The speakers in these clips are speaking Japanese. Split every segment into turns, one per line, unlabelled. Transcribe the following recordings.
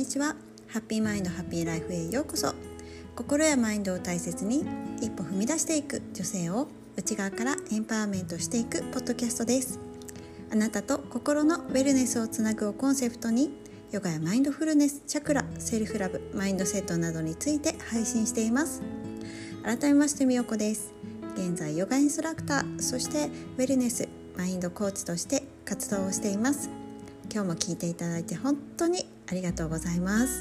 にちは。ハッピーマインドハッピーライフへようこそ。心やマインドを大切に一歩踏み出していく女性を内側からエンパワーメントしていくポッドキャストです。あなたと心のウェルネスをつなぐをコンセプトに、ヨガやマインドフルネス、チャクラ、セルフラブ、マインドセットなどについて配信しています。改めましてみよこです。現在ヨガインストラクター、そしてウェルネスマインドコーチとして活動をしています。今日も聞いていただいて本当にありがとうございます。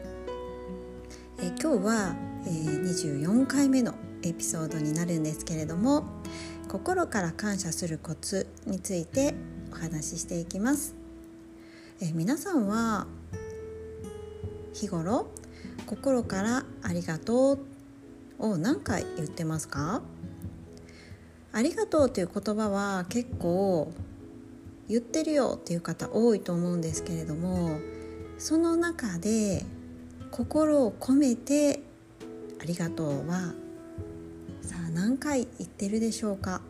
今日は、24回目のエピソードになるんですけれども、心から感謝するコツについてお話ししていきます。皆さんは日頃心からありがとうを何回言ってますか？ありがとうという言葉は結構言ってるよっていう方多いと思うんですけれども、その中で心を込めてありがとうはさあ何回言ってるでしょうか？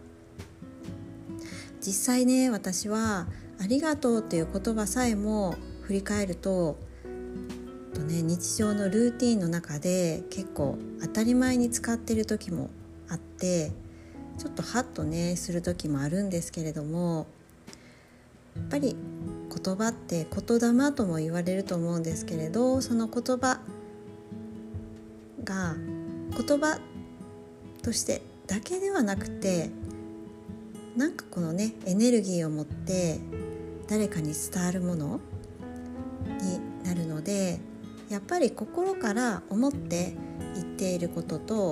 実際ね、私はありがとうという言葉さえも振り返ると日常のルーティンの中で結構当たり前に使っている時もあって、ちょっとハッとねする時もあるんですけれども、やっぱり言葉って言霊とも言われると思うんですけれど、その言葉が言葉としてだけではなくて、なんかこのねエネルギーを持って誰かに伝わるものになるので、やっぱり心から思って言っていることと、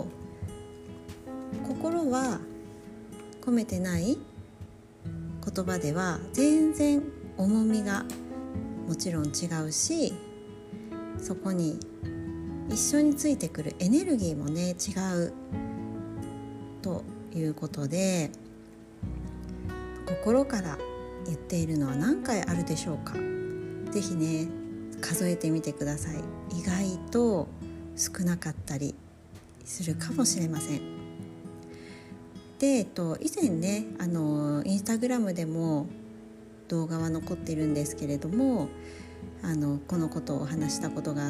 心は込めてない言葉では全然重みがもちろん違うし、そこに一緒についてくるエネルギーもね違うということで、心から言っているのは何回あるでしょうか？ぜひね数えてみてください。意外と少なかったりするかもしれません。で、以前ねインスタグラムでも動画は残っているんですけれども、このことを話したことがあって、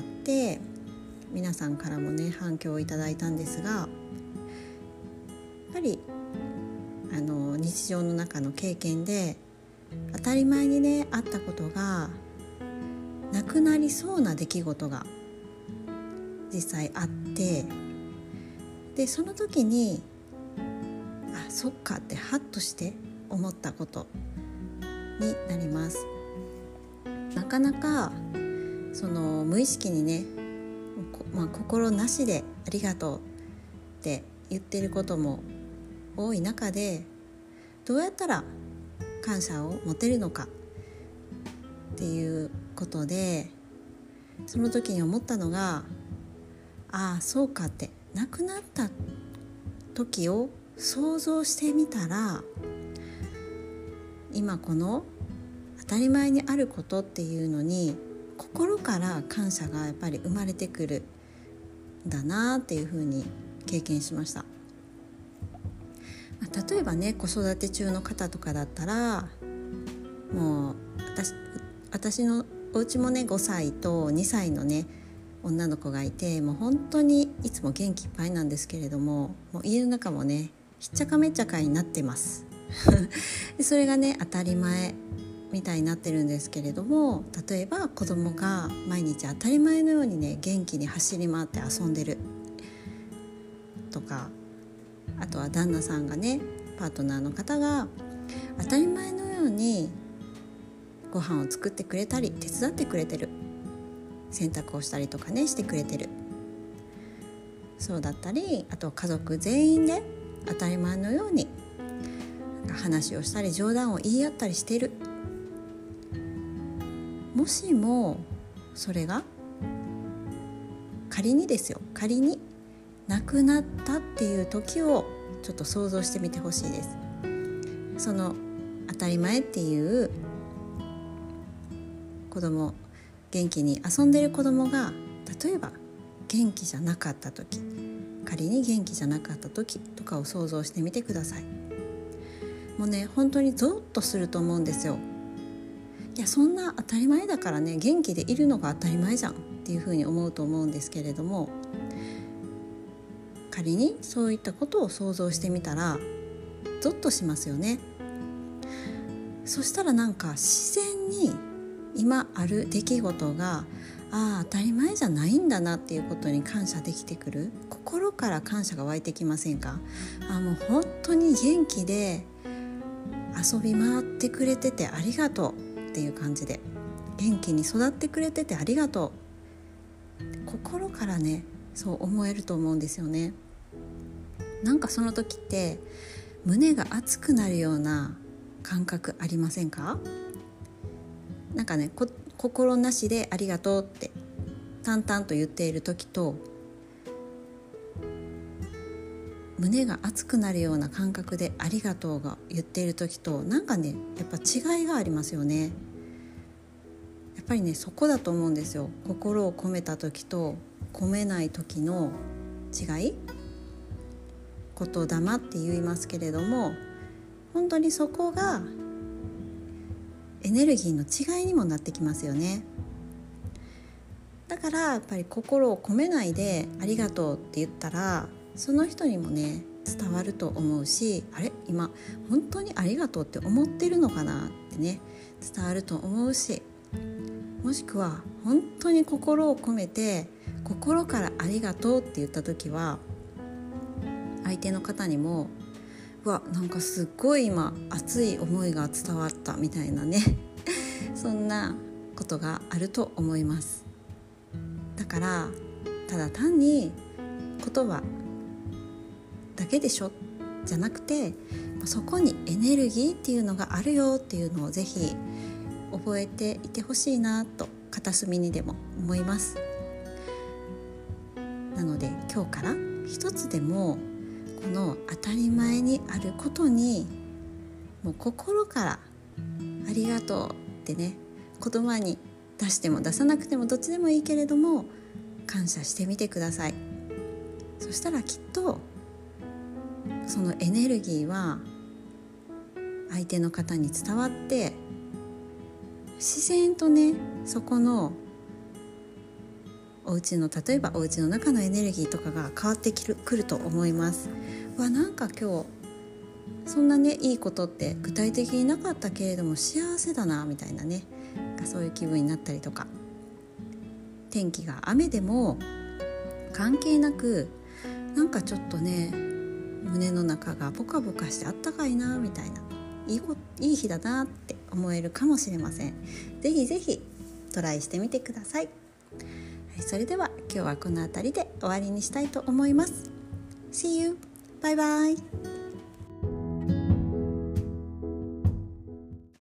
皆さんからもね反響をいただいたんですが、やっぱり日常の中の経験で当たり前にねあったことがなくなりそうな出来事が実際あって、でその時にそっかってハッとして思ったことになります。なかなかその無意識にね、心なしでありがとうって言ってることも多い中で、どうやったら感謝を持てるのかっていうことで、その時に思ったのが、そうかって、亡くなった時を想像してみたら、今この当たり前にあることっていうのに心から感謝がやっぱり生まれてくるんだなっていうふうに経験しました。例えばね、子育て中の方とかだったら、もう私のお家もね5歳と2歳のね女の子がいて、もう本当にいつも元気いっぱいなんですけれども、もう家の中もねひっちゃかめっちゃかになってますでそれがね当たり前みたいになってるんですけれども、例えば子供が毎日当たり前のようにね元気に走り回って遊んでるとか、あとは旦那さんがね、パートナーの方が当たり前のようにご飯を作ってくれたり手伝ってくれてる、洗濯をしたりとかねしてくれてる、そうだったり、あと家族全員で当たり前のように話をしたり冗談を言い合ったりしている。もしもそれが仮にですよ、仮に亡くなったっていう時をちょっと想像してみてほしいです。その当たり前っていう子供、元気に遊んでる子供が例えば元気じゃなかった時、仮に元気じゃなかった時とかを想像してみてください。もうね本当にゾッとすると思うんですよ。 いやそんな当たり前だからね、元気でいるのが当たり前じゃんっていうふうに思うと思うんですけれども、仮にそういったことを想像してみたらゾッとしますよね。そしたらなんか自然に今ある出来事が当たり前じゃないんだなっていうことに感謝できてくる、心から感謝が湧いてきませんか？もう本当に元気で遊び回ってくれててありがとうっていう感じで、元気に育ってくれててありがとう、心からねそう思えると思うんですよね。なんかその時って胸が熱くなるような感覚ありませんか？なんかね、心なしでありがとうって淡々と言っている時と、胸が熱くなるような感覚でありがとうが言っている時と、なんかねやっぱ違いがありますよね。やっぱりねそこだと思うんですよ。心を込めた時と込めない時の違い、言霊って言いますけれども、本当にそこがエネルギーの違いにもなってきますよね。だからやっぱり心を込めないでありがとうって言ったら、その人にもね伝わると思うし、あれ今本当にありがとうって思ってるのかなってね伝わると思うし、もしくは本当に心を込めて心からありがとうって言った時は、相手の方にもなんかすっごい今熱い思いが伝わったみたいなねそんなことがあると思います。だからただ単に言葉だけでしょじゃなくて、そこにエネルギーっていうのがあるよっていうのをぜひ覚えていてほしいなと片隅にでも思います。なので今日から一つでもこの当たり前にあることにもう心からありがとうってね、言葉に出しても出さなくてもどっちでもいいけれども感謝してみてください。そしたらきっとそのエネルギーは相手の方に伝わって、自然とねそこのお家の、例えばお家の中のエネルギーとかが変わってくると思います。なんか今日そんなねいいことって具体的になかったけれども幸せだなみたいなね、そういう気分になったりとか、天気が雨でも関係なくなんかちょっとね胸の中がポカポカしてあったかいなみたいな、いい日だなって思えるかもしれません。ぜひぜひトライしてみてください。それでは今日はこの辺りで終わりにしたいと思います。See you! バイバイ。